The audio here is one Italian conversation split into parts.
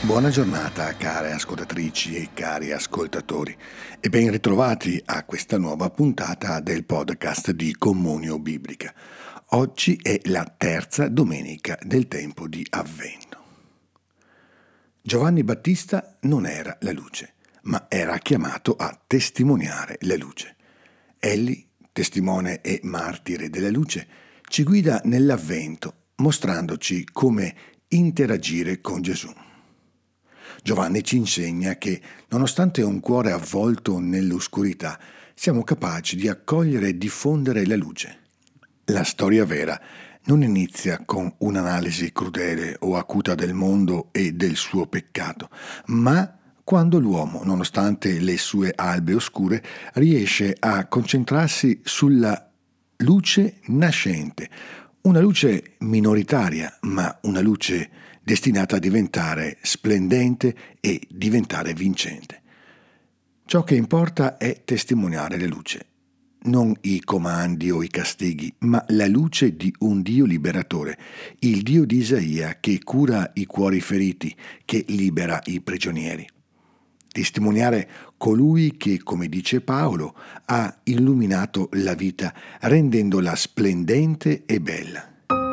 Buona giornata care ascoltatrici e cari ascoltatori e ben ritrovati a questa nuova puntata del podcast di Comunio Biblica. Oggi è la terza domenica del tempo di Avvento. Giovanni Battista non era la luce, ma era chiamato a testimoniare la luce. Egli, testimone e martire della luce, ci guida nell'Avvento, mostrandoci come interagire con Gesù. Giovanni ci insegna che, nonostante un cuore avvolto nell'oscurità, siamo capaci di accogliere e diffondere la luce. La storia vera non inizia con un'analisi crudele o acuta del mondo e del suo peccato, ma quando l'uomo, nonostante le sue albe oscure, riesce a concentrarsi sulla luce nascente, una luce minoritaria, ma una luce destinata a diventare splendente e diventare vincente. Ciò che importa è testimoniare la luce, non i comandi o i castighi, ma la luce di un Dio liberatore, il Dio di Isaia che cura i cuori feriti, che libera i prigionieri. Testimoniare colui che, come dice Paolo, ha illuminato la vita rendendola splendente e bella.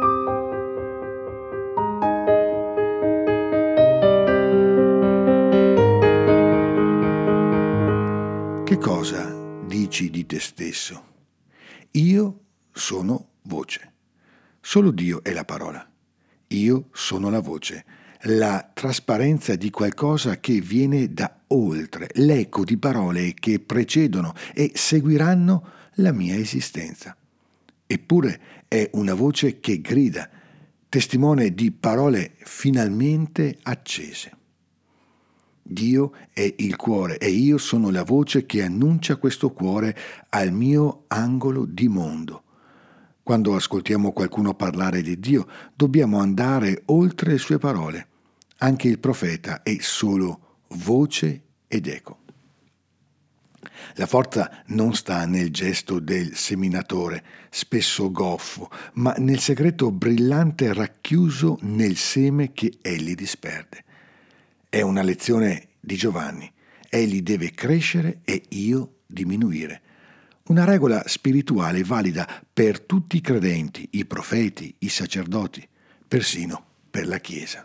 Che cosa dici di te stesso? Io sono voce. Solo Dio è la parola. Io sono la voce, la trasparenza di qualcosa che viene da oltre, l'eco di parole che precedono e seguiranno la mia esistenza. Eppure è una voce che grida, testimone di parole finalmente accese. Dio è il cuore e io sono la voce che annuncia questo cuore al mio angolo di mondo. Quando ascoltiamo qualcuno parlare di Dio, dobbiamo andare oltre le sue parole. Anche il profeta è solo voce ed eco. La forza non sta nel gesto del seminatore, spesso goffo, ma nel segreto brillante racchiuso nel seme che egli disperde. È una lezione di Giovanni. Egli deve crescere e io diminuire. Una regola spirituale valida per tutti i credenti, i profeti, i sacerdoti, persino per la Chiesa.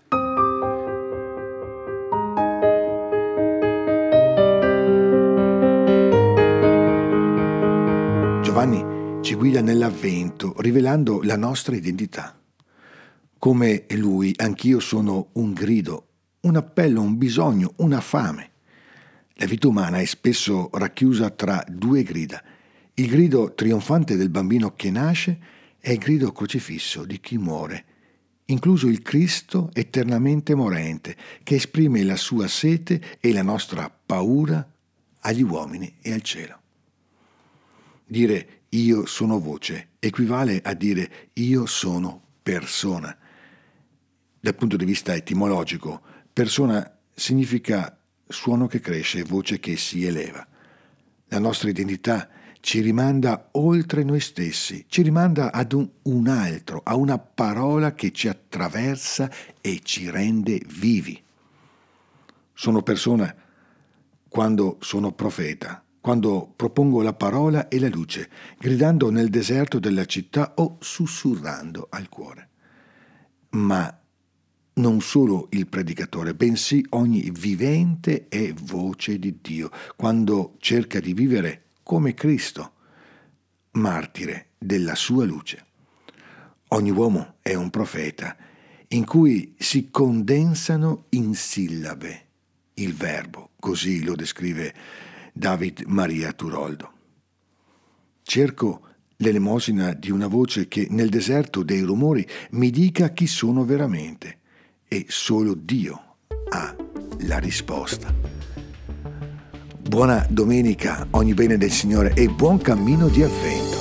Giovanni ci guida nell'Avvento, rivelando la nostra identità. Come lui, anch'io sono un grido, un appello, un bisogno, una fame. La vita umana è spesso racchiusa tra due grida. Il grido trionfante del bambino che nasce e il grido crocifisso di chi muore, incluso il Cristo eternamente morente, che esprime la sua sete e la nostra paura agli uomini e al cielo. Dire io sono voce equivale a dire io sono persona. Dal punto di vista etimologico, persona significa suono che cresce, voce che si eleva. La nostra identità ci rimanda oltre noi stessi, ci rimanda ad un altro, a una parola che ci attraversa e ci rende vivi. Sono persona quando sono profeta, quando propongo la parola e la luce, gridando nel deserto della città o sussurrando al cuore. Ma non solo il predicatore, bensì ogni vivente è voce di Dio, quando cerca di vivere come Cristo, martire della sua luce. Ogni uomo è un profeta, in cui si condensano in sillabe il verbo, così lo descrive David Maria Turoldo. Cerco l'elemosina di una voce che nel deserto dei rumori mi dica chi sono veramente. E solo Dio ha la risposta. Buona domenica, ogni bene del Signore e buon cammino di Avvento.